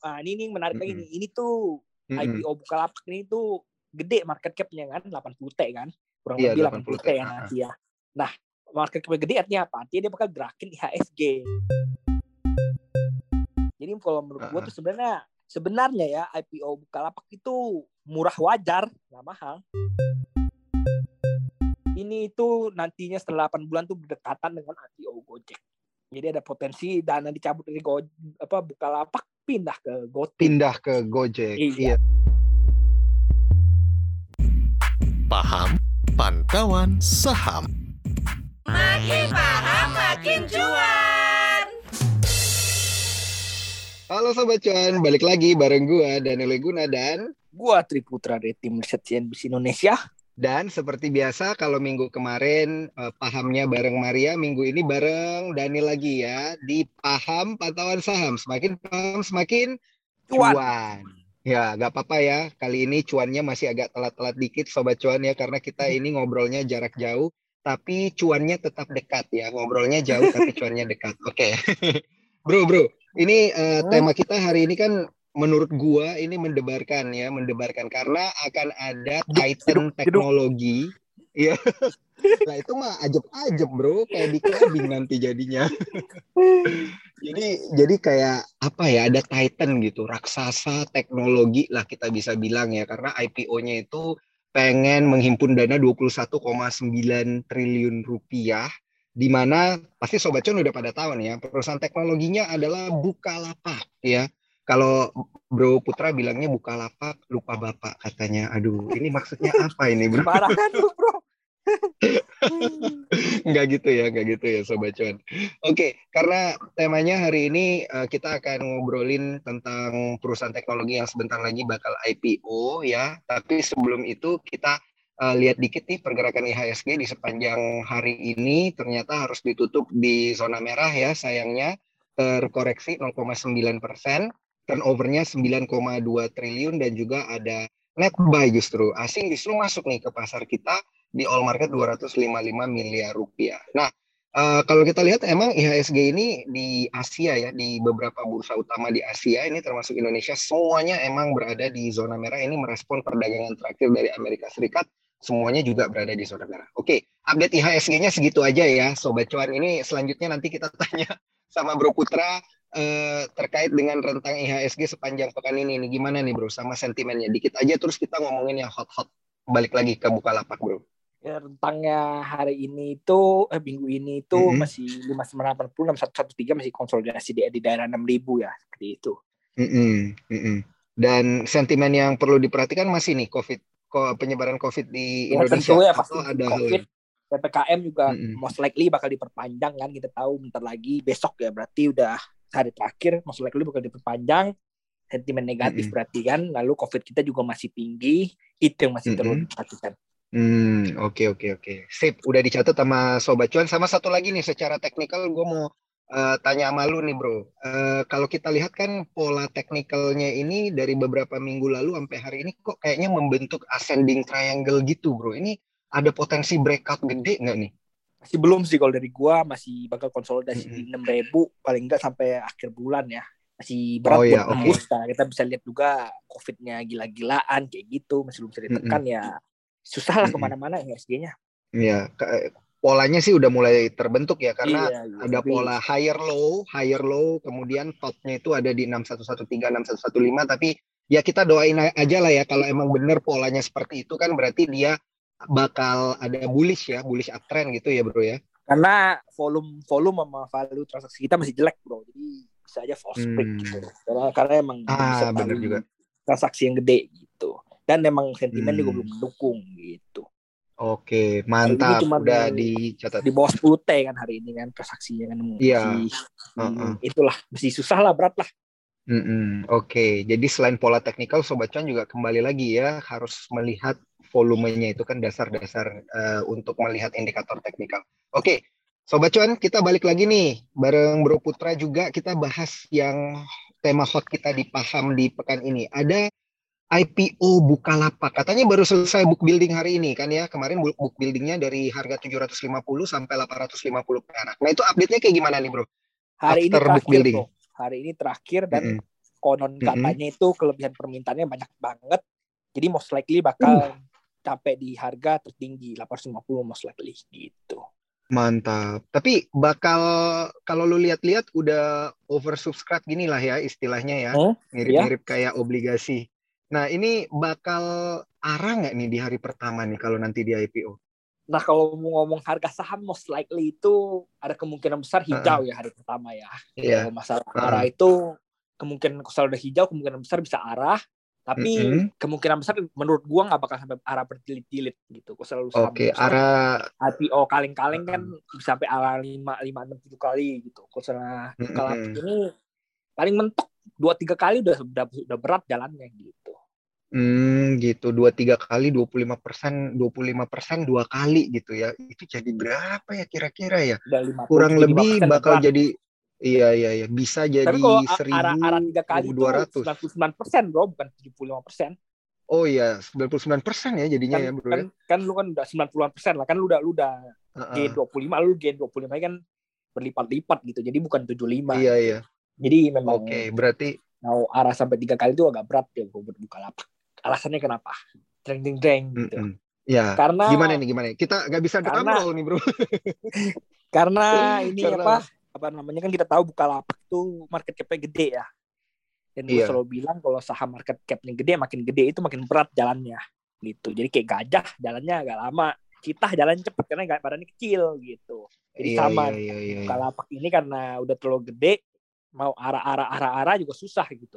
ini menarik lagi nih. Ini tuh IPO Bukalapak ini tuh gede market cap-nya kan, 80 T kan. Kurang lebih 80 T ya nanti ya. Nah, market cap gede artinya apa? Artinya dia bakal gerakin IHSG. Jadi kalau menurut gue tuh sebenarnya ya IPO Bukalapak itu murah wajar, nggak mahal. Ini itu nantinya setelah 8 bulan tuh berdekatan dengan IPO Gojek. Jadi ada potensi dana dicabut dari Bukalapak pindah ke GoTo. Pindah ke Gojek. Iya. Paham pantauan saham. Makin paham makin cuan. Halo Sobat Cuan, balik lagi bareng gua Daniel Guna dan gua Triputra dari tim riset CNBC Indonesia. Dan seperti biasa kalau minggu kemarin pahamnya bareng Maria, minggu ini bareng Daniel lagi ya di Paham Pantauan Saham. Semakin paham semakin cuan. Ya gak apa-apa ya, kali ini cuannya masih agak telat-telat dikit Sobat Cuan ya, karena kita ini ngobrolnya jarak jauh tapi cuannya tetap dekat ya. Ngobrolnya jauh tapi cuannya dekat. Oke. Bro, ini tema kita hari ini kan menurut gua ini mendebarkan karena akan ada Titan teknologi. Iya. Nah itu mah ajeb-ajeb bro, kayak di clubbing nanti jadinya. Jadi kayak apa ya, ada Titan gitu, raksasa teknologi lah kita bisa bilang ya, karena IPO-nya itu pengen menghimpun dana 21,9 triliun rupiah, di mana pasti Sobat Cuan udah pada tahu nih ya, perusahaan teknologinya adalah Bukalapak ya. Kalau Bro Putra bilangnya Bukalapak lupa bapak katanya. Aduh, ini maksudnya apa ini bro? Parah kan lu bro? Nggak gitu ya Sobat Cuan. Oke, karena temanya hari ini kita akan ngobrolin tentang perusahaan teknologi yang sebentar lagi bakal IPO ya. Tapi sebelum itu kita lihat dikit nih pergerakan IHSG di sepanjang hari ini ternyata harus ditutup di zona merah ya, sayangnya terkoreksi 0,9%. Turnover-nya 9,2 triliun dan juga ada net buy justru. Asing justru masuk nih ke pasar kita di all market 255 miliar rupiah. Nah, kalau kita lihat emang IHSG ini di Asia ya, di beberapa bursa utama di Asia ini termasuk Indonesia, semuanya emang berada di zona merah. Ini merespon perdagangan terakhir dari Amerika Serikat, semuanya juga berada di zona merah. Oke, update IHSG-nya segitu aja ya Sobat Cuan. Ini selanjutnya nanti kita tanya sama Bro Putra terkait dengan rentang IHSG sepanjang pekan ini nih, gimana nih bro sama sentimennya dikit aja, terus kita ngomongin yang hot balik lagi ke Bukalapak bro. Ya, rentangnya hari ini itu minggu ini itu masih 5980 6113 masih konsolidasi di daerah 6.000 ya, seperti itu. Dan sentimen yang perlu diperhatikan masih nih penyebaran COVID di Indonesia. Tentu ya pasti ada COVID. PPKM juga most likely bakal diperpanjang kan, kita tahu bentar lagi besok ya, berarti udah hari terakhir, most likely bakal diperpanjang. Sentimen negatif berarti kan, lalu COVID kita juga masih tinggi, itu yang masih perlu diperhatikan. Oke. Sip, udah dicatat sama Sobat Cuan. Sama satu lagi nih, secara teknikal gue mau tanya sama lu nih bro. Kalau kita lihat kan pola teknikalnya ini dari beberapa minggu lalu sampai hari ini kok kayaknya membentuk ascending triangle gitu bro. Ini ada potensi breakout gede nggak nih? Masih belum sih, kalau dari gua masih bakal konsolidasi di 6.000 paling enggak sampai akhir bulan ya. Masih berat buat tembus. Nah, kita bisa lihat juga COVID-nya gila-gilaan kayak gitu, masih belum bisa ditekan ya. Susah lah kemana-mana IHSG-nya. Iya, polanya sih udah mulai terbentuk ya, karena ada pola higher low, kemudian topnya itu ada di 6113, 6115, tapi ya kita doain aja lah ya, kalau emang bener polanya seperti itu kan berarti dia bakal ada bullish uptrend gitu ya bro ya. Karena volume sama value transaksi kita masih jelek bro, jadi bisa aja false break gitu. Karena emang bisa bener juga transaksi yang gede gitu. Dan emang sentimen juga belum mendukung gitu. Oke, mantap. Udah dicatat. Di bawah 10 T kan hari ini kan transaksinya kan. Iya. Itulah, masih susah lah, berat lah. Oke, jadi selain pola teknikal, Sobat Cuan juga kembali lagi ya harus melihat volumenya, itu kan dasar-dasar untuk melihat indikator teknikal. Oke, Sobat Cuan, kita balik lagi nih bareng Bro Putra juga, kita bahas yang tema hot kita di Paham di pekan ini. Ada IPO Bukalapak, katanya baru selesai book building hari ini kan ya. Kemarin book buildingnya dari harga 750 sampai 850 perak. Nah itu update-nya kayak gimana nih bro? Hari ini terakhir bro. Hari ini terakhir dan konon katanya itu kelebihan permintaannya banyak banget. Jadi most likely bakal sampai di harga tertinggi 850 most likely gitu. Mantap. Tapi bakal kalau lu lihat-lihat udah oversubscribe gini lah ya istilahnya ya. Mirip-mirip kayak obligasi. Nah, ini bakal arah nggak nih di hari pertama nih kalau nanti di IPO? Nah, kalau mau ngomong harga saham most likely itu ada kemungkinan besar hijau ya hari pertama ya. Kalau masalah arah itu kemungkinan kalau udah hijau kemungkinan besar bisa arah. Tapi kemungkinan besar menurut gua nggak bakal sampai arah berjilid-jilid gitu. Kalau selalu arah IPO kaleng-kaleng kan bisa sampai arah 5, 6, 7 kali gitu. Kalau misalnya Bukalapak ini paling mentok 2-3 kali udah berat jalannya gitu. Gitu 2-3 kali 25%, 25% 2 kali gitu ya. Itu jadi berapa ya kira-kira ya? 50, kurang lebih bakal berat. jadi iya bisa jadi 1.000, arah 3 kali 1.200. 99% bro, bukan 75%. Oh iya, 99% ya jadinya kan, ya bro. Kan lu kan udah 90% lah, kan lu udah gain 25, lu gain 25 kan berlipat-lipat gitu. Jadi bukan 75. Iya, gitu. Iya. Jadi memang berarti mau arah sampai 3 kali itu agak berat ya buat Bukalapak. Alasannya kenapa? Dreng gitu. Ya. Karena gimana nih? Kita nggak bisa drum roll nih, bro. Karena ini apa namanya kan kita tahu Bukalapak itu market cap-nya gede ya. Dan gue selalu bilang kalau saham market cap-nya gede, makin gede itu makin berat jalannya gitu. Jadi kayak gajah jalannya agak lama, citah jalan cepet karena badannya kecil gitu. Jadi sama Bukalapak ini karena udah terlalu gede, mau arah juga susah gitu.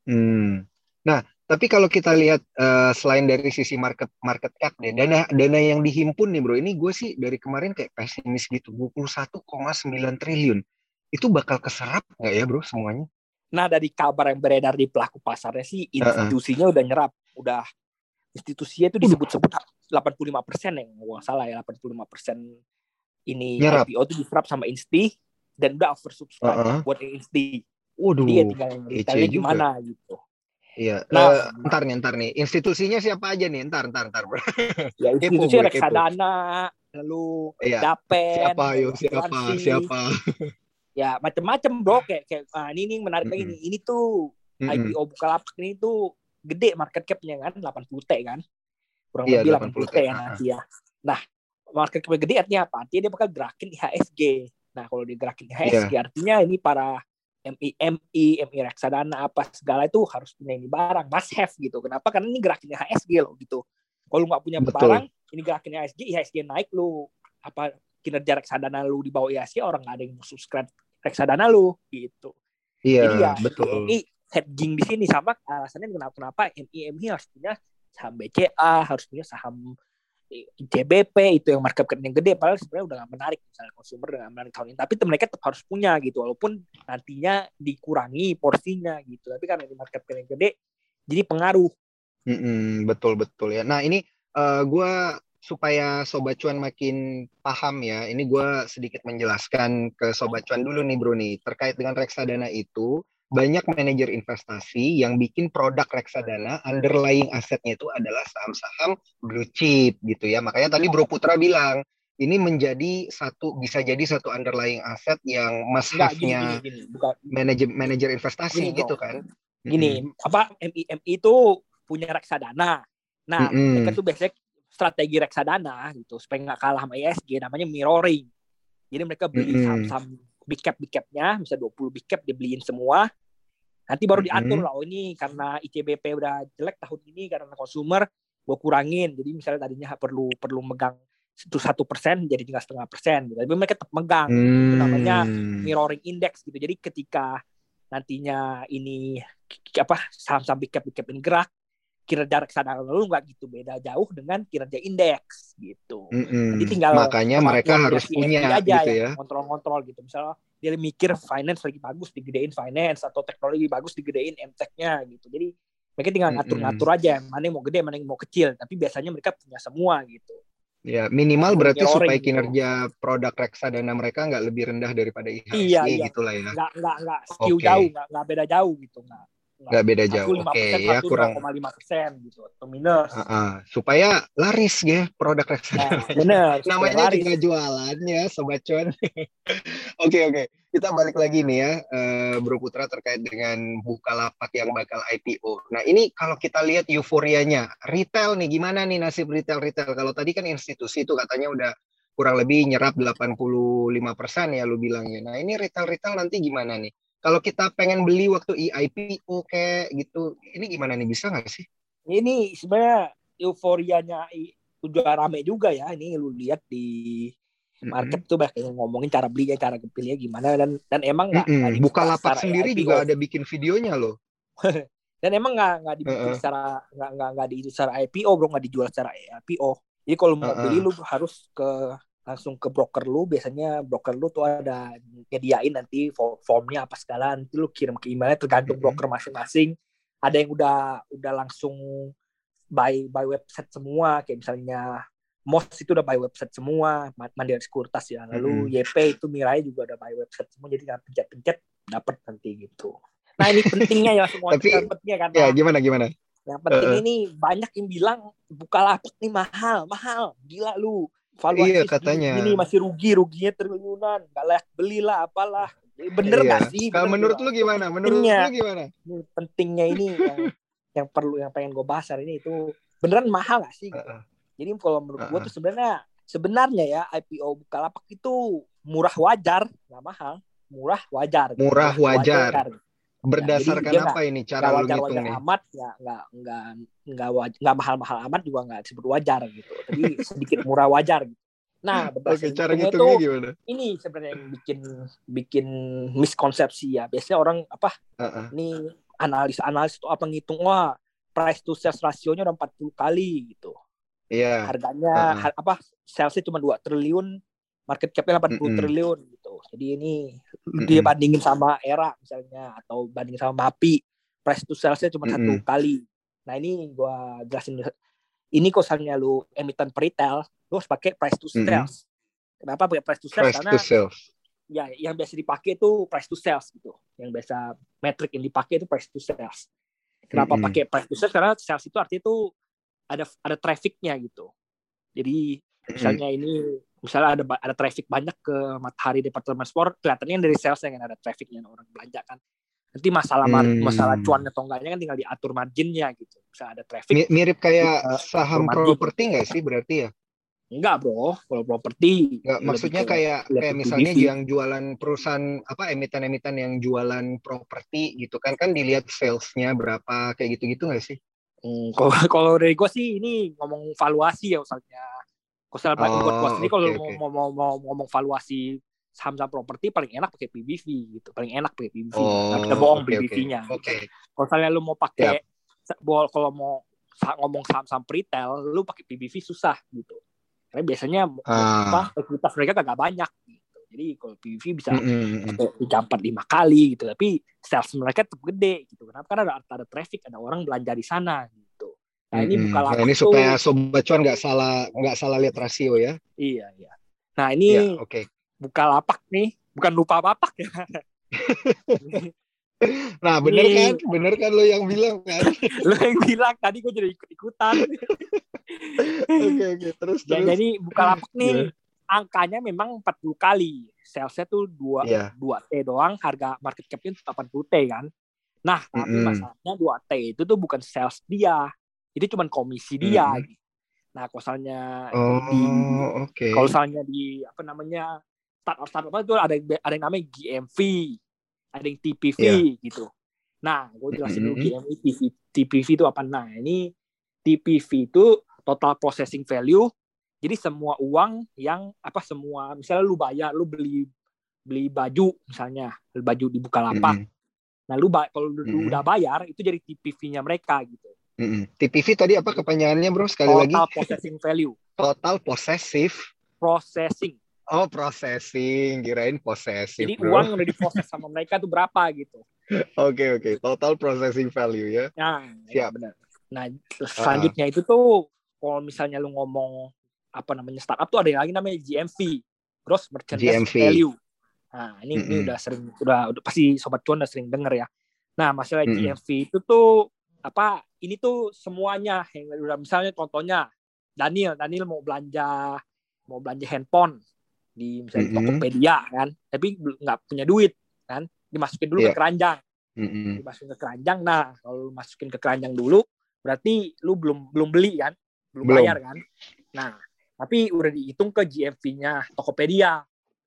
Nah, tapi kalau kita lihat selain dari sisi market cap deh, dana yang dihimpun nih bro, ini gue sih dari kemarin kayak pesimis gitu, 21,9 triliun. Itu bakal keserap nggak ya bro semuanya? Nah, dari kabar yang beredar di pelaku pasarnya sih, institusinya udah nyerap. Institusinya itu disebut-sebut 85% yang nggak salah ya, 85% ini nyerap. IPO itu diserap sama Insti, dan udah oversubscribe buat Insti. Jadi ya tinggal yang retailnya gimana gitu. Iya. Ntar nih. Institusinya siapa aja nih? Ntar bro. Ya institusinya reksadana, lalu Dapen, siapa? Ya macam-macam bro, kayak ini menarik lagi nih. Ini tuh IPO Bukalapak ini tuh gede market cap-nya kan, 80 T kan. Kurang lebih 80 T ya nanti ya. Nah, market cap gede artinya apa? Artinya dia bakal gerakin IHSG. Nah, kalau dia gerakin IHSG artinya ini para MI reksadana apa segala itu harus punya ini barang, must have gitu. Kenapa? Karena ini gerakin IHSG loh gitu. Kalau lu nggak punya barang, ini gerakin IHSG naik lu apa kinerja reksadana lu di bawah IHSG, orang nggak ada yang mau subscribe reksadana lu gitu. Jadi ya betul. MI hedging di sini sama alasannya kenapa MI harus punya saham BCA, harus punya saham ICBP, itu yang market cap yang gede, padahal sebenarnya udah nggak menarik misalnya konsumer dengan menarik tahun ini, tapi mereka tetap harus punya gitu, walaupun nantinya dikurangi porsinya gitu, tapi karena ini market cap yang gede jadi pengaruh. Betul ya. Nah ini gue supaya Sobat Cuan makin paham ya, ini gue sedikit menjelaskan ke Sobat Cuan dulu nih bro nih, terkait dengan reksadana itu banyak manajer investasi yang bikin produk reksadana, underlying asetnya itu adalah saham-saham blue chip gitu ya. Makanya tadi Bro Putra bilang ini bisa jadi satu underlying aset yang must have-nya manajer investasi gitu kan. Gini, apa MI itu punya reksadana. Nah, mereka tuh biasanya strategi reksadana gitu supaya nggak kalah sama ISG, namanya mirroring. Jadi mereka beli saham-saham big cap-nya, bisa 20 big cap dibeliin semua. Nanti baru diatur lah, ini karena ICBP udah jelek tahun ini karena konsumer, gue kurangin. Jadi misalnya tadinya perlu megang itu 1% jadi tinggal 0,5% gitu. Tapi mereka tetap megang. Itu namanya mirroring index gitu. Jadi ketika nantinya ini saham-saham big cap ini gerak, kinerja reksadana lu nggak gitu beda jauh dengan kinerja indeks gitu. Jadi tinggal makanya mereka harus punya aja gitu ya, kontrol gitu. Misalnya dia mikir finance lagi bagus digedein finance, atau teknologi bagus digedein MTech-nya gitu. Jadi mereka tinggal ngatur-ngatur aja mana yang mau gede, mana yang mau kecil, tapi biasanya mereka punya semua gitu. Ya, minimal berarti supaya kinerja produk reksadana mereka nggak lebih rendah daripada IHSG gitulah ya. Nggak skew jauh, nggak beda jauh gitu. Nggak beda jauh. 5%, Oke, ya kurang 2,5% gitu atau minus. Supaya laris ya produk reksadana. Benar. Namanya juga jualannya Sobat Cuan. Oke. Kita balik lagi nih ya, Bro Putra, terkait dengan Bukalapak yang bakal IPO. Nah ini kalau kita lihat euforianya, retail nih gimana nih nasib retail? Kalau tadi kan institusi itu katanya udah kurang lebih nyerap 85% ya lu bilangnya. Nah ini retail nanti gimana nih? Kalau kita pengen beli waktu IPO kayak gitu, ini gimana nih, bisa nggak sih? Ini sebenarnya euforianya udah rame juga ya. Ini lu lihat di market tuh banyak yang ngomongin cara belinya, cara pilihnya gimana, dan emang nggak Bukalapak sendiri IPO. Juga ada bikin videonya loh. Dan emang nggak dibikin secara nggak dijual secara IPO, bro, nggak dijual secara IPO. Jadi kalau mau beli lu harus langsung ke broker lu. Biasanya broker lu tuh ada nyediain nanti formnya apa segala, nanti lu kirim ke emailnya, tergantung broker masing-masing. Ada yang udah langsung by website semua, kayak misalnya MOS itu udah by website semua, Mandiri Sekuritas ya. Lalu YP itu Mirai juga udah by website semua, jadi nggak pencet-pencet dapat nanti gitu. Nah ini pentingnya ya semua. Tapi pentingnya kan. Ya gimana? Yang penting ini banyak yang bilang Bukalapak nih mahal, gila lu. Valuasi katanya. Gini masih ruginya triliunan, nggak layak belilah apalah. Bener nggak sih? Kalau menurut lu gimana? Pentingnya ini yang pengen gue bahas hari ini itu beneran mahal nggak sih? Jadi kalau menurut gue tuh sebenarnya ya IPO Bukalapak itu murah wajar, nggak mahal, murah wajar. Murah wajar. Berdasarkan ya, apa ini cara lu ngitungnya? Amat ya, nggak mahal-mahal amat juga nggak disebut wajar gitu. Jadi sedikit murah wajar gitu. Nah, cara ngitungnya gimana? Ini sebenarnya yang bikin miskonsepsi ya. Biasanya orang nih analis itu apa ngitung, wah price to sales rasionya udah 40 kali gitu. Iya. Harganya salesnya cuma 2 triliun, market capnya 80 triliun gitu. Jadi ini dia bandingin sama Era misalnya, atau bandingin sama MAPI, price to salesnya cuma 1 kali. Nah ini gua jelasin. Ini kalau misalnya lu emiten retail, lu harus pakai price to sales. Kenapa pakai price to sales? Karena ya yang biasa dipakai itu price to sales gitu. Yang biasa metrik yang dipakai itu price to sales. Kenapa pakai price to sales? Karena sales itu artinya itu ada trafficnya gitu. Jadi misalnya ada traffic banyak ke Matahari Department Store, kelihatannya dari salesnya kan ada trafficnya, orang belanja kan. Nanti masalah cuan atau enggaknya kan tinggal diatur marginnya gitu. Bisa ada traffic. Mirip kayak saham properti nggak sih berarti ya? Enggak bro, kalau properti. Enggak, maksudnya kayak misalnya yang jualan perusahaan emiten-emiten yang jualan properti gitu kan dilihat salesnya berapa kayak gitu nggak sih? Kalau dari gue sih ini ngomong valuasi ya misalnya. Buat gue sendiri kalau mau ngomong valuasi saham-saham properti paling enak pakai PBV gitu. Paling enak pakai PBV. Nggak bisa bohong PBV-nya. Kalau misalnya lu mau pakai kalau mau ngomong saham-saham retail, lu pakai PBV susah gitu. Karena biasanya ekuitas mereka kagak banyak gitu. Jadi kalau PBV bisa 3-4-5 kali gitu, tapi sales mereka tetap gede gitu. Kenapa? Karena ada traffic, ada orang belanja di sana gitu. Nah ini Bukalapak ini supaya Sobat Cuan nggak salah lihat rasio ya. Iya. Nah ini Bukalapak nih, bukan lupa bapak ya. Nah bener kan lo yang bilang kan. Lo yang bilang, tadi gue jadi ikut-ikutan. Oke, terus. Jadi Bukalapak nih angkanya memang 40 kali. Salesnya tuh 2T doang, harga market capnya 80T kan. Nah, tapi masalahnya 2T itu tuh bukan sales dia. Itu cuma komisi dia. Nah, kalau misalnya kalau misalnya di startup itu ada yang namanya GMV, ada yang TPV gitu. Nah, gue jelasin dulu GMV, TPV itu apa. Nah, ini TPV itu total processing value. Jadi semua uang yang misalnya lu beli baju misalnya, baju di Bukalapak. Nah, kalau lu udah bayar itu jadi TPV-nya mereka gitu. TPV tadi apa kepanjangannya, Bro? Sekali lagi. Total processing value. Total possessive processing. Oh, processing, kirain possessive. Jadi bro. uang udah diproses sama mereka tuh berapa gitu. Oke. Total processing value ya. Nah, siap. Ya benar. Nah, selanjutnya itu tuh kalau misalnya lu ngomong startup tuh ada yang lagi namanya GMV, gross merchandise value. Nah, ini udah pasti Sobat Cuan udah sering denger ya. Nah, masalah GMV itu tuh apa? Ini tuh semuanya yang udah, misalnya contohnya Daniel mau belanja handphone di misalnya Tokopedia kan, tapi nggak punya duit kan, dimasukin dulu ke keranjang. Dimasukin ke keranjang. Nah, kalau lu masukin ke keranjang dulu, berarti lu belum beli kan, belum bayar kan. Nah, tapi udah dihitung ke GMV-nya Tokopedia.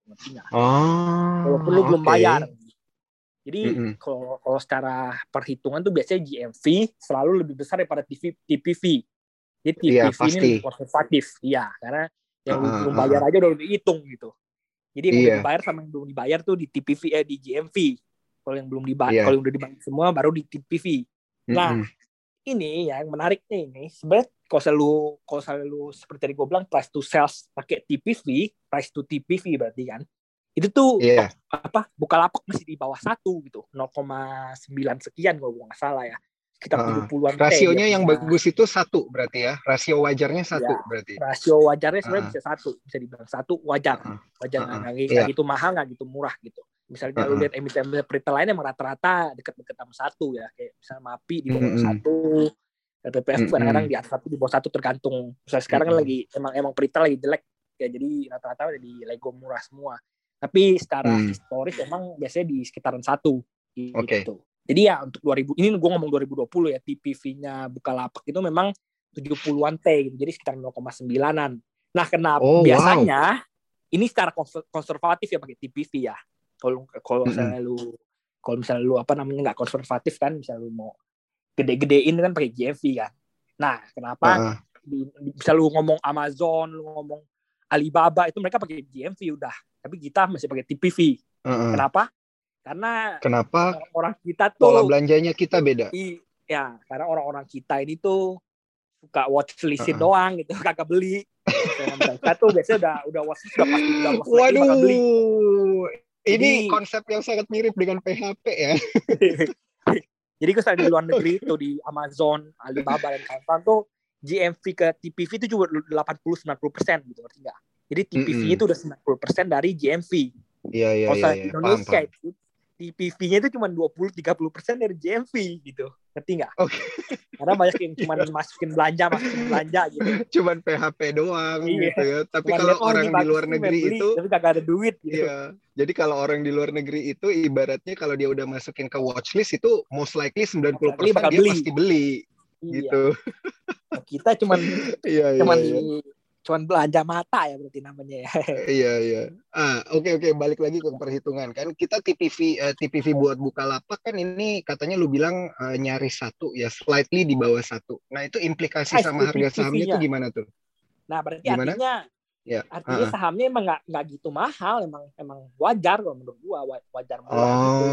Walaupun lu belum bayar. Jadi kalau secara perhitungan tuh biasanya GMV selalu lebih besar daripada TPV. Jadi TPV ini lebih konservatif, karena yang belum bayar aja udah dihitung gitu. Jadi yang udah dibayar sama yang belum dibayar tuh di TPV di GMV. Kalau yang belum dibayar, kalau yang udah dibayar semua baru di TPV. Nah, ini yang menarik nih, ini sebenarnya kalau selalu seperti tadi gue bilang price to sales pakai TPV, price to TPV berarti kan. Itu tuh Bukalapak masih di bawah 1 gitu, 0,9 sekian kalau gue nggak salah ya, sekitar 70-an. Rasionya yang bagus itu 1 berarti ya, rasio wajarnya 1 berarti. Rasio wajarnya sebenarnya bisa dibilang 1 wajar, nggak gitu mahal, nggak gitu murah gitu. Misalnya lu lihat emiten retail lain emang rata-rata deket-deket sama 1 ya, kayak misalnya MAPI di bawah 1, LPPF kadang-kadang di atas 1, di bawah 1 tergantung. Misalnya sekarang kan lagi emang retail lagi jelek ya, jadi rata-rata udah di Lego murah semua. Tapi secara historis emang biasanya di sekitaran 1 gitu. Jadi ya untuk 2000 ini gue ngomong 2020 ya, TPV-nya Bukalapak itu memang 70-an T gitu. Jadi sekitar 0,9-an. Nah, kenapa biasanya ini secara konservatif ya pakai TPV ya. Kalau misalnya lu apa namanya nggak konservatif kan, misalnya lu mau gede-gedein kan pakai GMV kan. Nah, kenapa bisa lu ngomong Amazon, lu ngomong Alibaba itu mereka pakai GMV udah, tapi kita masih pakai TPV. Kenapa? Karena orang kita tuh pola belanjanya kita beda. Iya, karena orang-orang kita ini tuh suka watchlistin doang gitu, kagak beli. Mereka tuh biasanya udah watchlist udah pasti udah bakal beli. Ini konsep yang sangat mirip dengan PHP ya. Jadi kalau di luar negeri itu di Amazon, Alibaba dan kawan-kawan tuh GMV ke TPV itu juga 80-90% gitu, ngerti nggak? Jadi TPV-nya itu udah 90% dari GMV. Iya. Kalau di Indonesia itu TPV-nya itu cuma 20-30% dari GMV gitu, ngerti nggak? Karena banyak yang cuma masukin belanja gitu. Cuman PHP doang gitu ya. Tapi kalau orang di luar negeri itu, tapi kagak ada duit gitu. Iya. Jadi kalau orang di luar negeri itu ibaratnya kalau dia udah masukin ke watchlist itu most likely 90% dia pasti beli. Gitu. Nah, kita cuman belanja mata ya berarti namanya ya. Iya. Oke, balik lagi ke perhitungan kan. Kita TPV buat Bukalapak kan ini katanya lu bilang nyaris 1 ya, slightly di bawah 1. Nah, itu implikasi sama harga sahamnya itu gimana tuh? Nah, berarti artinya sahamnya emang nggak gitu mahal, emang wajar kalau menurut gua, wajar murah gitu.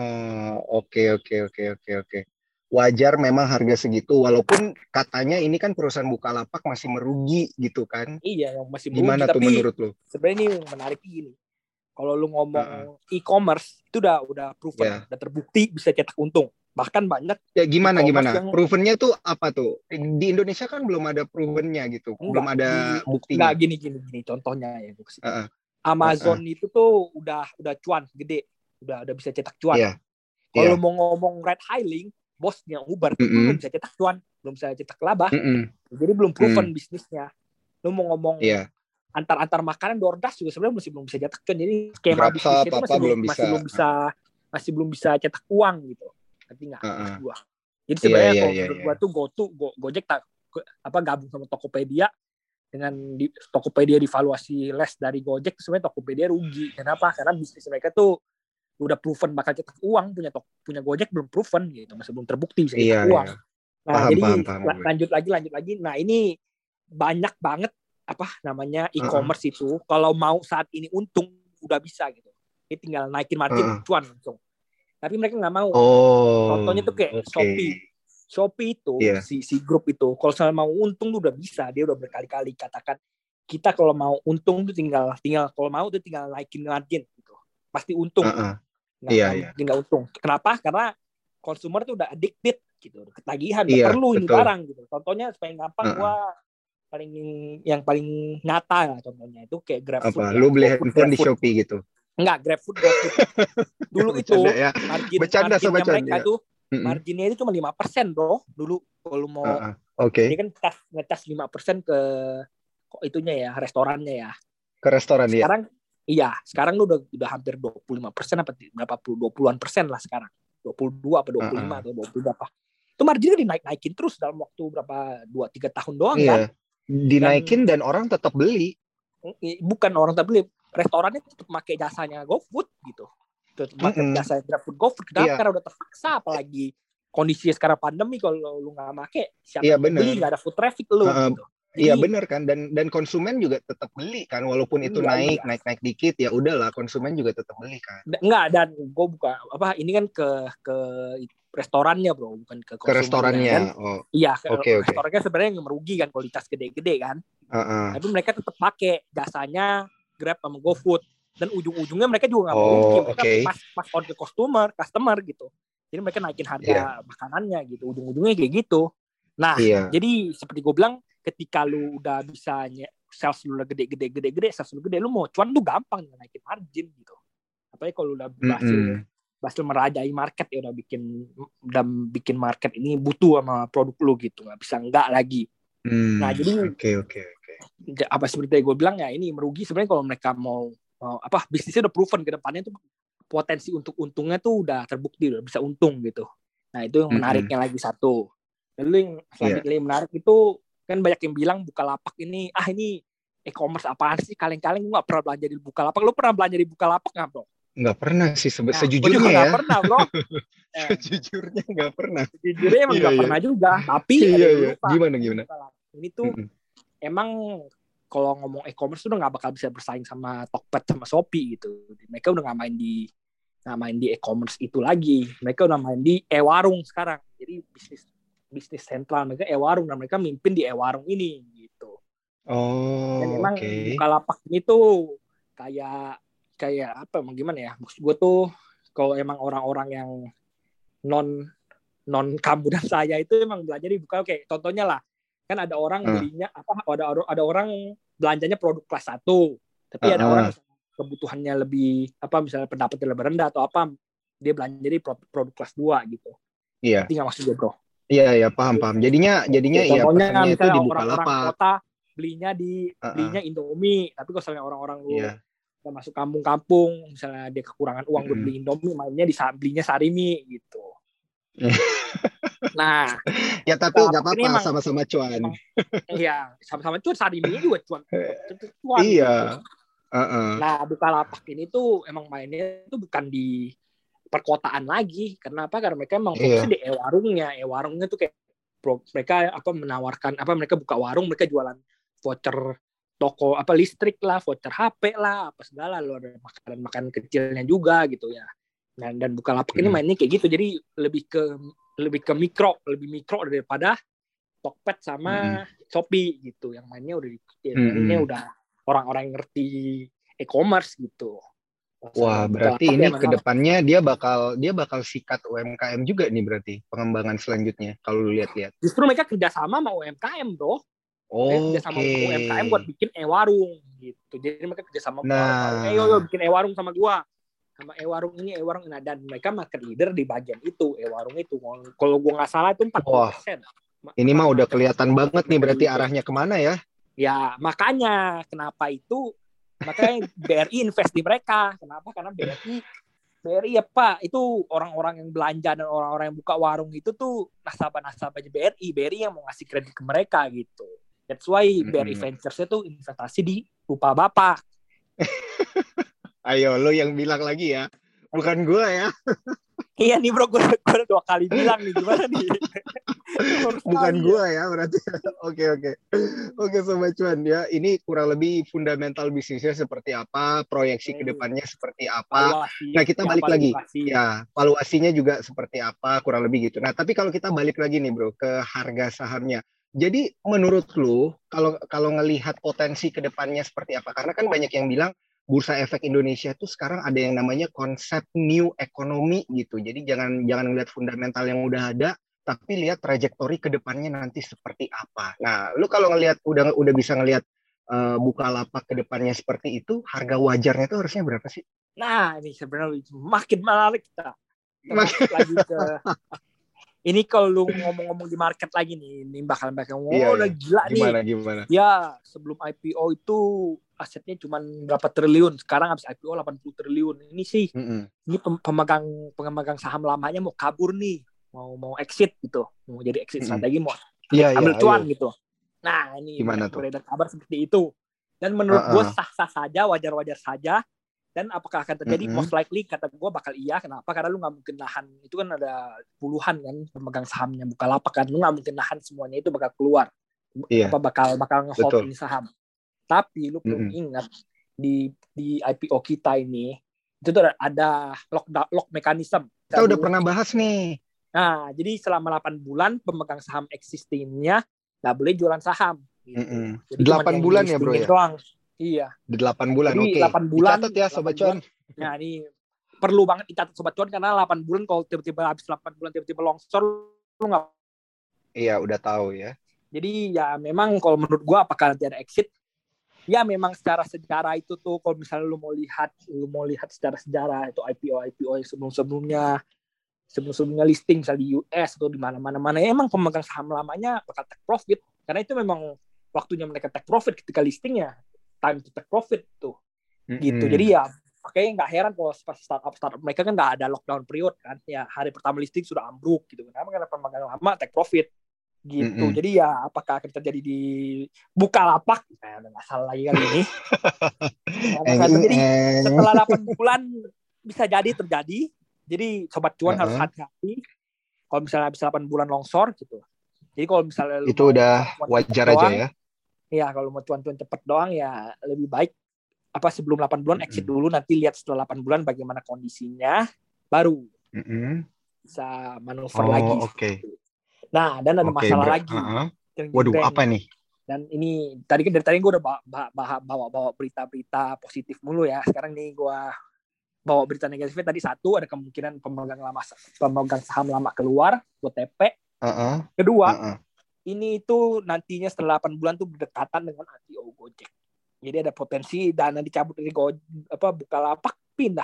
Oke. Wajar memang harga segitu, walaupun katanya ini kan perusahaan Bukalapak masih merugi gitu kan? Iya, masih merugi. Gimana tuh menurut lu? Sebenarnya ini yang menarik gini. Kalau lu ngomong e-commerce itu udah proven, udah terbukti bisa cetak untung. Bahkan banyak. Ya gimana? Provennya tuh apa tuh? Di Indonesia kan belum ada provennya gitu. Belum ada buktinya. Enggak, gini contohnya ya. Amazon itu tuh udah cuan gede, udah bisa cetak cuan. Kalau mau ngomong ride hailing, bosnya Uber itu belum bisa cetak cuan, belum bisa cetak laba. Jadi belum proven bisnisnya. Lu mau ngomong antar makanan DoorDash juga sebenarnya belum bisa cetak cuan. Jadi skema bisnisnya itu masih belum bisa cetak uang gitu. Ngerti nggak? Gua. Jadi sebenarnya kalau menurut gua tuh Gojek gabung sama Tokopedia, dengan Tokopedia divaluasi less dari Gojek, sebenarnya Tokopedia rugi. Kenapa? Karena bisnis mereka tuh udah proven bakal cetak uang, punya Gojek belum proven gitu, masih belum terbukti bisa cetak uang. Nah, paham. Lanjut lagi. Nah, ini banyak banget e-commerce itu kalau mau saat ini untung udah bisa gitu. Ini tinggal naikin margin cuan langsung. Tapi mereka nggak mau. Contohnya tuh kayak Shopee itu si grup itu kalau misalnya mau untung tuh udah bisa, dia udah berkali-kali katakan kita kalau mau untung tuh tinggal kalau mau tuh tinggal naikin margin gitu. Pasti untung. Tinggal untung. Kenapa? Karena konsumer tuh udah addicted gitu, ketagihan, perlu ini barang gitu. Contohnya supaya gampang, gua yang paling nyata lah contohnya itu kayak GrabFood. Lu beli handphone di Shopee gitu? Enggak, GrabFood. Dulu itu ya. marginnya mereka itu marginnya itu cuma 5% bro. Dulu kalau mau dia kan ngecas 5% ke itunya ya, restorannya ya. Ke restoran ya. Sekarang iya, sekarang lu udah hampir 25% apa berapa 20-an% lah sekarang. 22 apa 25 atau 20 berapa. Itu marginnya dinaik-naikin terus dalam waktu berapa 2-3 tahun doang kan. Dinaikin dan orang tetap beli. Bukan orang tetap beli, restorannya tetap pakai jasanya GoFood gitu. Tetap pakai jasa GrabFood, GoFood. Kenapa? Karena udah terpaksa, apalagi kondisi sekarang pandemi, kalau lu nggak pakai siapa yang beli, nggak ada food traffic lu gitu. Iya benar kan, dan konsumen juga tetap beli kan, walaupun itu naik dikit ya udahlah, konsumen juga tetap beli kan. Enggak, dan gue buka ini kan ke restorannya bro, bukan ke restorannya. Iya, restorannya sebenarnya yang merugi kan, kualitas gede-gede kan. Tapi mereka tetap pakai jasanya Grab sama GoFood, dan ujung-ujungnya mereka juga nggak mau rugi, mereka pas on ke customer gitu. Jadi mereka naikin harga makanannya gitu, ujung-ujungnya kayak gitu. Nah, jadi seperti gue bilang, ketika lu udah bisa sales lu gede, sales lu gede, lu mau cuan tuh gampang naikin margin gitu. Apalagi kalau udah berhasil merajai market ya, udah bikin market ini butuh sama produk lu gitu, nggak bisa enggak lagi. Nah jadi apa seperti gue bilang ya, ini merugi sebenarnya kalau mereka mau bisnisnya udah proven ke depannya tuh potensi untuk untungnya tuh udah terbukti, udah bisa untung gitu. Nah itu yang menariknya lagi satu. Lalu yang selanjutnya yang menarik itu kan banyak yang bilang Bukalapak ini e-commerce apaan sih, kaleng-kaleng. Gue nggak pernah belanja di Bukalapak. Lu pernah belanja di Bukalapak nggak bro? Nggak pernah sih sejujurnya ya. Nggak pernah bro. Sejujurnya nggak pernah. Sejujurnya emang nggak pernah juga. Tapi gimana? Ini tuh emang kalau ngomong e-commerce tuh udah nggak bakal bisa bersaing sama Tokped sama Shopee gitu. Mereka udah nggak main di e-commerce itu lagi. Mereka udah main di e-warung sekarang. Jadi bisnis sentral mereka e-warung, dan mereka mimpin di e-warung ini gitu. Dan emang Bukalapak ini tuh kayak apa, gimana ya, maksud gue tuh kalau emang orang-orang yang non kamu dan saya itu emang belanja di Bukalapak. Contohnya lah, kan ada orang belinya ada orang belanjanya produk kelas 1, tapi ada orang kebutuhannya lebih misalnya pendapatnya lebih rendah atau dia belanja di produk kelas 2 gitu. Iya. Nggak maksud gue bro. Iya paham. Jadinya ya pesannya itu di Bukalapak. Orang kota belinya Indomie, tapi kalau misalnya orang-orang udah masuk kampung-kampung, misalnya dia kekurangan uang buat beli Indomie, mainnya belinya Sarimi gitu. Nah, ya tapi nggak apa-apa, sama-sama cuan. Iya, sama-sama cuan, Sariminya juga cuan. Iya. Gitu. Nah, Bukalapak ini tuh emang mainnya tuh bukan di perkotaan lagi. Kenapa? Karena mereka emang fokusnya di e-warungnya. E-warungnya tuh kayak mereka menawarkan mereka buka warung, mereka jualan voucher toko listrik lah, voucher HP lah, apa segala, lo ada makanan kecilnya juga gitu ya. Dan Bukalapak ini mainnya kayak gitu. Jadi lebih ke mikro daripada Tokped sama Shopee gitu. Yang mainnya udah mainnya udah orang-orang yang ngerti e-commerce gitu. Wah, berarti ini kedepannya dia bakal sikat UMKM juga nih, berarti pengembangan selanjutnya kalau lu lihat-lihat. Justru mereka kerjasama sama UMKM bro. Kerjasama sama UMKM buat bikin e-warung gitu. Jadi mereka kerjasama yo bikin e-warung sama gua, sama e-warung ini. Nah, dan mereka market leader di bagian itu, e-warung itu. Kalau gua nggak salah itu 40%. Ini mah udah kelihatan banget nih berarti arahnya kemana ya? Ya makanya makanya BRI invest di mereka. Kenapa? Karena BRI ya Pak, itu orang-orang yang belanja dan orang-orang yang buka warung itu tuh nasabah-nasabah BRI yang mau ngasih kredit ke mereka gitu. That's why BRI Ventures itu investasi di rupa Bapak. Ayo lo yang bilang lagi ya, bukan gue ya. Iya nih bro, gue udah 2 kali bilang nih, gimana nih? Bukan gue ya berarti. Oke Sobat Cuan ya, ini kurang lebih fundamental bisnisnya seperti apa, proyeksi kedepannya seperti apa. Nah kita balik lagi, ya valuasinya juga seperti apa, kurang lebih gitu. Nah tapi kalau kita balik lagi nih bro ke harga sahamnya. Jadi menurut lu kalau ngelihat potensi kedepannya seperti apa? Karena kan banyak yang bilang Bursa Efek Indonesia itu sekarang ada yang namanya konsep new economy gitu. Jadi jangan ngelihat fundamental yang udah ada, tapi lihat trajektori ke depannya nanti seperti apa. Nah, lu kalau ngelihat udah bisa ngelihat Bukalapak ke depannya seperti itu, harga wajarnya itu harusnya berapa sih? Nah, ini sebenarnya makin menarik kita. Masuk lagi ke ini kalau lu ngomong-ngomong di market lagi nih, ini bakal udah gila gimana, nih. Gimana? Ya, sebelum IPO itu asetnya cuma berapa triliun. Sekarang habis IPO 80 triliun. Ini sih, ini pemegang saham lamanya mau kabur nih. Mau exit gitu. Mau jadi exit strategi, mau ambil cuan gitu. Nah, ini beredar kabar seperti itu. Dan menurut gue sah-sah saja, wajar-wajar saja. Dan apakah akan terjadi? Most likely kata gue bakal iya. Kenapa? Karena lu gak mungkin nahan. Itu kan ada puluhan kan pemegang sahamnya Bukalapak kan. Lu gak mungkin nahan semuanya itu bakal keluar. Bakal nge-hold ini saham. Tapi lu perlu ingat di IPO kita ini itu tuh ada lock mekanisme. Kita udah pernah bahas nih. Nah, jadi selama 8 bulan pemegang saham existingnya gak boleh jualan saham. Gitu. Jadi 8 bulan ya bro ya? Doang. Iya. 8 bulan, oke. 8 bulan. Dicatat ya Sobat Cuan. Nah ini perlu banget dicatat Sobat Cuan karena 8 bulan kalau tiba-tiba habis 8 bulan tiba-tiba longsor lu nggak. Iya udah tahu ya. Jadi ya memang kalau menurut gua apakah nanti ada exit? Ya memang secara sejarah itu tuh kalau misalnya lu mau lihat secara sejarah itu IPO yang sebelumnya listing misalnya di US atau di mana-mana emang pemegang saham lamanya bakal take profit karena itu memang waktunya mereka take profit ketika listingnya. Time to take profit tuh, gitu. Jadi ya, makanya nggak heran kalau startup mereka kan nggak ada lockdown period kan. Ya hari pertama listing sudah ambruk gitu. Kenapa? Karena pemegang lama take profit, gitu. Jadi ya, apakah akan terjadi di Bukalapak? Udah nggak salah lagi kali ini. Jadi setelah 8 bulan bisa jadi terjadi. Jadi sobat cuan harus hati-hati. Kalau misalnya habis 8 bulan longsor gitu. Jadi kalau misalnya itu udah wajar aja ya. Ya kalau mau cuan-cuan cepet doang ya lebih baik sebelum 8 bulan exit dulu, nanti lihat setelah 8 bulan bagaimana kondisinya baru bisa manuver lagi. Nah dan ada masalah lagi. Waduh apa nih? Dan ini dari tadi gue udah bawa berita-berita positif mulu ya. Sekarang nih gue bawa berita negatifnya. Tadi satu ada kemungkinan pemegang saham lama keluar OTP. Kedua ini itu nantinya setelah 8 bulan tuh berdekatan dengan IPO Gojek. Jadi ada potensi dana dicabut dari Bukalapak pindah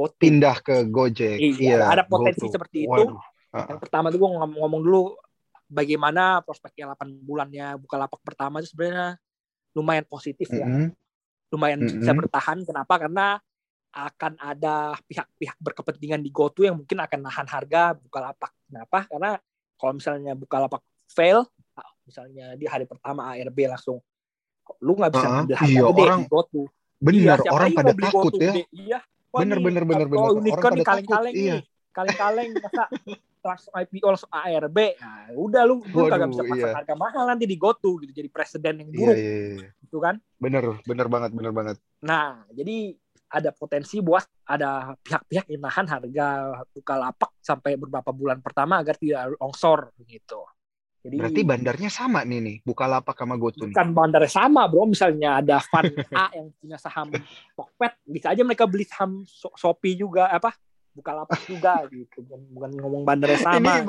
ke Gojek. Iya, ada potensi seperti itu. Yang pertama tuh gue ngomong dulu bagaimana prospeknya 8 bulannya Bukalapak pertama itu sebenarnya lumayan positif ya. Lumayan bisa bertahan. Kenapa? Karena akan ada pihak-pihak berkepentingan di GoTo yang mungkin akan nahan harga Bukalapak. Kenapa? Karena kalau misalnya Bukalapak fail, misalnya di hari pertama ARB langsung lu nggak bisa ambil harga gede di GoTo. Bener, orang pada takut ya. Iya. Bener. Unicorn nih kaleng-kaleng masa langsung IPO langsung ARB. Nah, udah lu kagak bisa pasang harga mahal nanti di GoTo gitu, jadi presiden yang buruk. Gitu kan? Bener banget. Nah, jadi ada potensi buat ada pihak-pihak yang nahan harga Bukalapak sampai beberapa bulan pertama agar tidak longsor gitu. Jadi, berarti bandarnya sama nih Bukalapak sama GoTo. Bukan bandarnya sama bro, misalnya ada fund A yang punya saham Tokped, bisa aja mereka beli saham Shopee juga Bukalapak juga gitu. Bukan ngomong bandarnya sama.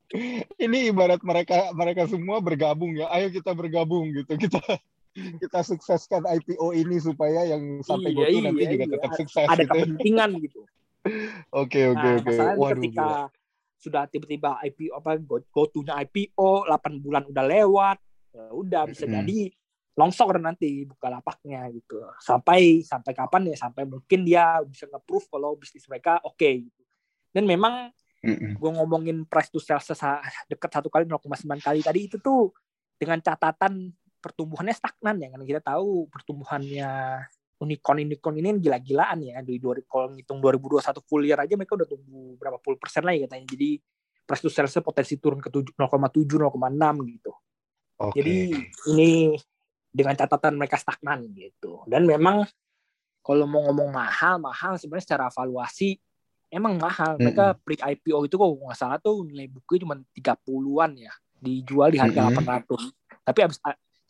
Ini ibarat mereka semua bergabung ya. Ayo kita bergabung gitu. Kita sukseskan IPO ini supaya yang sampai GoTo nanti juga tetap sukses. Ada kepentingan gitu. Oke. Masalahnya ketika sudah tiba-tiba IPO GoTo-nya IPO 8 bulan udah lewat, udah bisa jadi longsor nanti Bukalapaknya gitu. Sampai kapan ya? Sampai mungkin dia bisa nge-proof kalau bisnis mereka oke gitu. Dan memang gue ngomongin price to sales dekat 1 kali 0,9 kali tadi itu tuh dengan catatan pertumbuhannya stagnan ya, kan kita tahu pertumbuhannya unicorn ini gila-gilaan ya. Kalau ngitung 2021 full year aja mereka udah tumbuh berapa puluh persen lah ya katanya. Jadi price to sales potensi turun ke 0,7 0,6 gitu. Jadi ini dengan catatan mereka stagnan gitu. Dan memang kalau mau ngomong mahal sebenarnya secara valuasi emang mahal. Mereka pre-IPO itu kok nggak salah tuh nilai buku cuma 30-an ya, dijual di harga 800.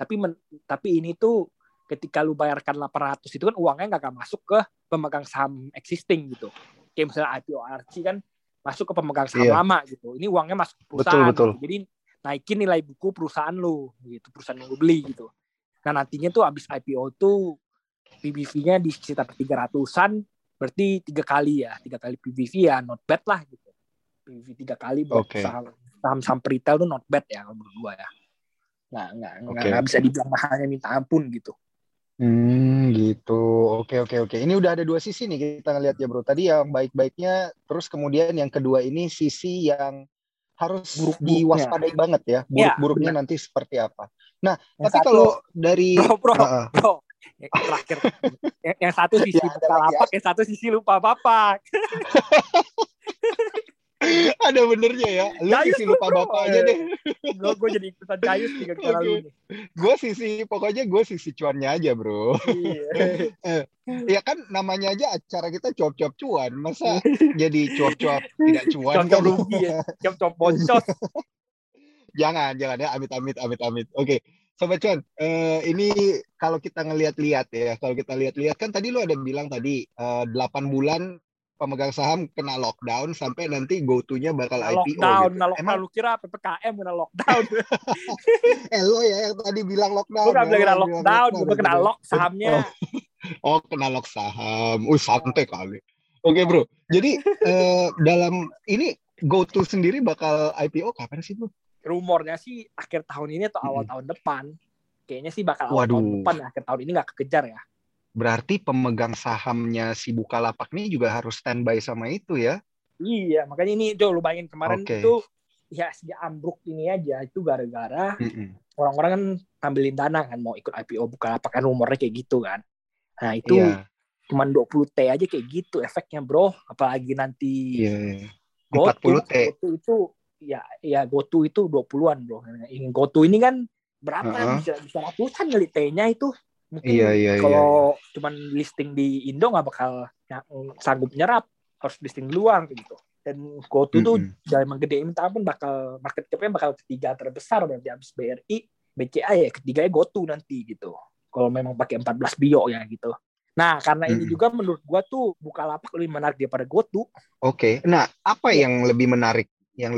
Tapi ini tuh ketika lu bayarkan 800 itu kan uangnya nggak akan masuk ke pemegang saham existing gitu. Kayak misalnya IPO RC kan masuk ke pemegang saham lama gitu. Ini uangnya masuk ke perusahaan. Betul. Gitu. Jadi naikin nilai buku perusahaan lu gitu, perusahaan yang lu beli gitu. Nah nantinya tuh abis IPO tuh PBV-nya di sekitar 300-an, Berarti 3 kali ya, 3 kali PBV ya not bad lah gitu. PBV 3 kali buat saham retail tuh not bad ya menurut gua ya. Nggak bisa dibilang mahalnya minta ampun gitu. Gitu. Oke. Ini udah ada 2 sisi nih kita ngeliat ya bro. Tadi yang baik-baiknya, terus kemudian yang kedua ini sisi yang harus diwaspadai banget ya. Buruk-buruknya nanti seperti apa. Nah, yang tapi kalau dari bro, yang terakhir, yang satu sisi Bukalapak, yang satu sisi lupa bapak. Ada benernya ya. Lu sisi lupa bapak aja deh. Gue jadi ikutan Gayus nih gara-gara lu nih. Pokoknya gue sisi cuannya aja bro. Ya kan namanya aja acara kita cuap-cuap cuan. Masa jadi cuap-cuap tidak cuan? Cuap-cuap rugi ya. Cuap-cuap boncos. Jangan ya, amit. Oke. Sobat Cuan, ini kalau kita ngeliat-liat ya, kalau kita lihat-lihat kan tadi lu ada bilang tadi 8 bulan pemegang saham kena lockdown sampai nanti go-to-nya bakal IPO lockdown, gitu. Lockdown, lu kira PPKM kena lockdown? Lo ya yang tadi bilang lockdown. Gue gak bilang kena lockdown, gue kena lock sahamnya. Oh, kena lock saham. Santai kali. Oke bro, jadi dalam ini go-to sendiri bakal IPO kapan sih bro? Rumornya sih akhir tahun ini atau awal tahun depan. Kayaknya sih bakal awal tahun depan ya. Akhir tahun ini gak kekejar ya. Berarti pemegang sahamnya si Bukalapak ini juga harus standby sama itu ya? Iya, makanya ini lu bayangin kemarin itu ya si ambruk ini aja itu gara-gara orang-orang kan ngambilin dana kan mau ikut IPO Bukalapak kan rumornya kayak gitu kan. Nah itu cuman 20T aja kayak gitu efeknya bro. Apalagi nanti GoTo itu ya GoTo itu 20-an bro. Ini GoTo ini kan berapa bisa ratusan kali T-nya itu. Mungkin kalau cuman listing di Indo nggak bakal sanggup nyerap, harus listing di luar gitu. Dan GoTo tuh dalam gede minta pun bakal market cap-nya bakal ketiga terbesar berarti habis BRI, BCA ya ketiganya GoTo nanti gitu. Kalau memang pakai 14 bio ya gitu. Nah karena ini juga menurut gua tuh Bukalapak lebih menarik daripada GoTo. Oke. Nah apa yang lebih menarik?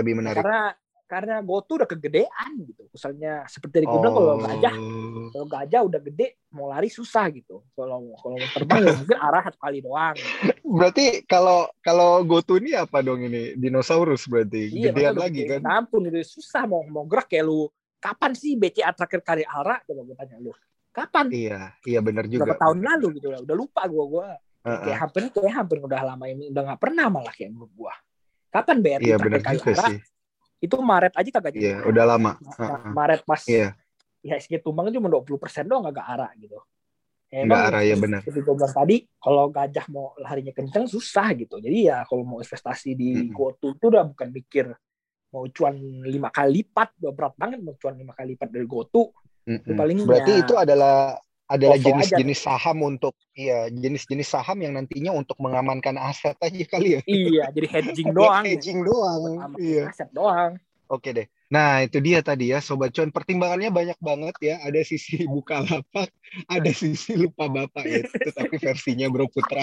Karena GoTo udah kegedean gitu. Misalnya seperti gue bilang kalau gajah udah gede mau lari susah gitu. Kalau terbang ya mungkin arah 1 kali doang. Berarti kalau GoTo ini apa dong ini? Dinosaurus berarti. Iya, gedean lagi kan. Ampun itu susah mau gerak kayak lu. Kapan sih BCA terakhir kali arah? Coba gue tanya lu. Kapan? Iya benar juga. Berapa tahun lalu gitu lah. Udah lupa gue. Kayak hampir udah lama ini udah nggak pernah malah kayak menurut gue. Kapan BRI terakhir kali arah? Sih. Itu Maret aja kagak jadi. Iya, udah lama. Maret pas IHSG tumbang cuma 20% doang agak arah gitu. Nggak arah ya benar. Seperti gue bilang tadi, kalau gajah mau larinya kenceng susah gitu. Jadi ya kalau mau investasi di GoTo itu udah bukan mikir mau cuan 5 kali lipat, udah berat banget mau cuan 5 kali lipat dari GoTo. Berarti itu adalah jenis-jenis saham untuk jenis-jenis saham yang nantinya untuk mengamankan aset aja kali ya. Iya, jadi hedging doang. Iya. Aset doang. Oke deh. Nah, itu dia tadi ya Sobat Cuan, pertimbangannya banyak banget ya. Ada sisi Bukalapak, ada sisi lupa bapak ya. Itu tapi versinya Bro Putra.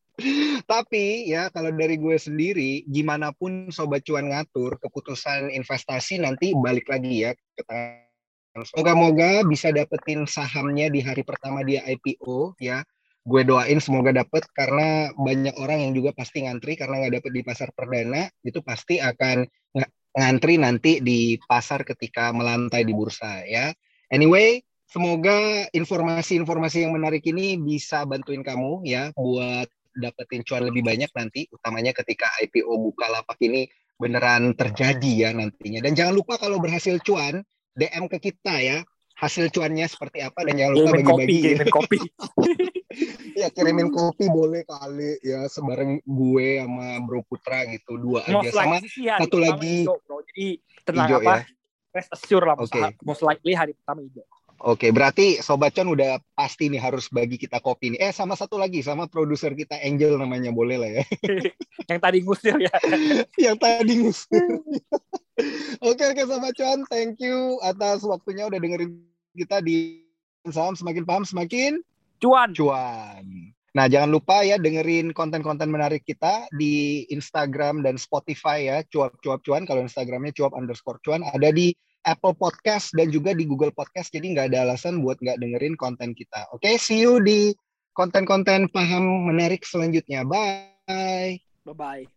Tapi ya kalau dari gue sendiri, gimana pun Sobat Cuan ngatur keputusan investasi nanti balik lagi ya ke tangan. Semoga-moga bisa dapetin sahamnya di hari pertama dia IPO ya. Gue doain semoga dapet karena banyak orang yang juga pasti ngantri karena nggak dapet di pasar perdana, itu pasti akan ngantri nanti di pasar ketika melantai di bursa ya. Anyway, semoga informasi-informasi yang menarik ini bisa bantuin kamu ya buat dapetin cuan lebih banyak nanti, utamanya ketika IPO Bukalapak ini beneran terjadi ya nantinya. Dan jangan lupa kalau berhasil cuan, DM ke kita ya, hasil cuannya seperti apa, dan jangan lupa bagi-bagi. Kirimin kopi. Ya kirimin kopi boleh kali ya, sebareng gue sama Bro Putra gitu, 2 aja. Sama satu lagi hijau, bro. Jadi tenang apa, rest assure lah, most likely hari pertama hijau. Oke, berarti Sobat Cuan udah pasti nih harus bagi kita kopi nih. Sama satu lagi, sama produser kita Angel namanya, boleh lah ya. Yang tadi ngusir ya. Yang tadi ngusir. Oke Sobat Cuan, thank you atas waktunya udah dengerin kita di Saham Semakin Paham Semakin Cuan. Nah, jangan lupa ya dengerin konten-konten menarik kita di Instagram dan Spotify ya, cuap-cuap cuan. Kalau Instagramnya cuap_cuan, ada di Apple Podcast dan juga di Google Podcast. Jadi nggak ada alasan buat nggak dengerin konten kita. Oke, see you di konten-konten paham menarik selanjutnya. Bye. Bye-bye.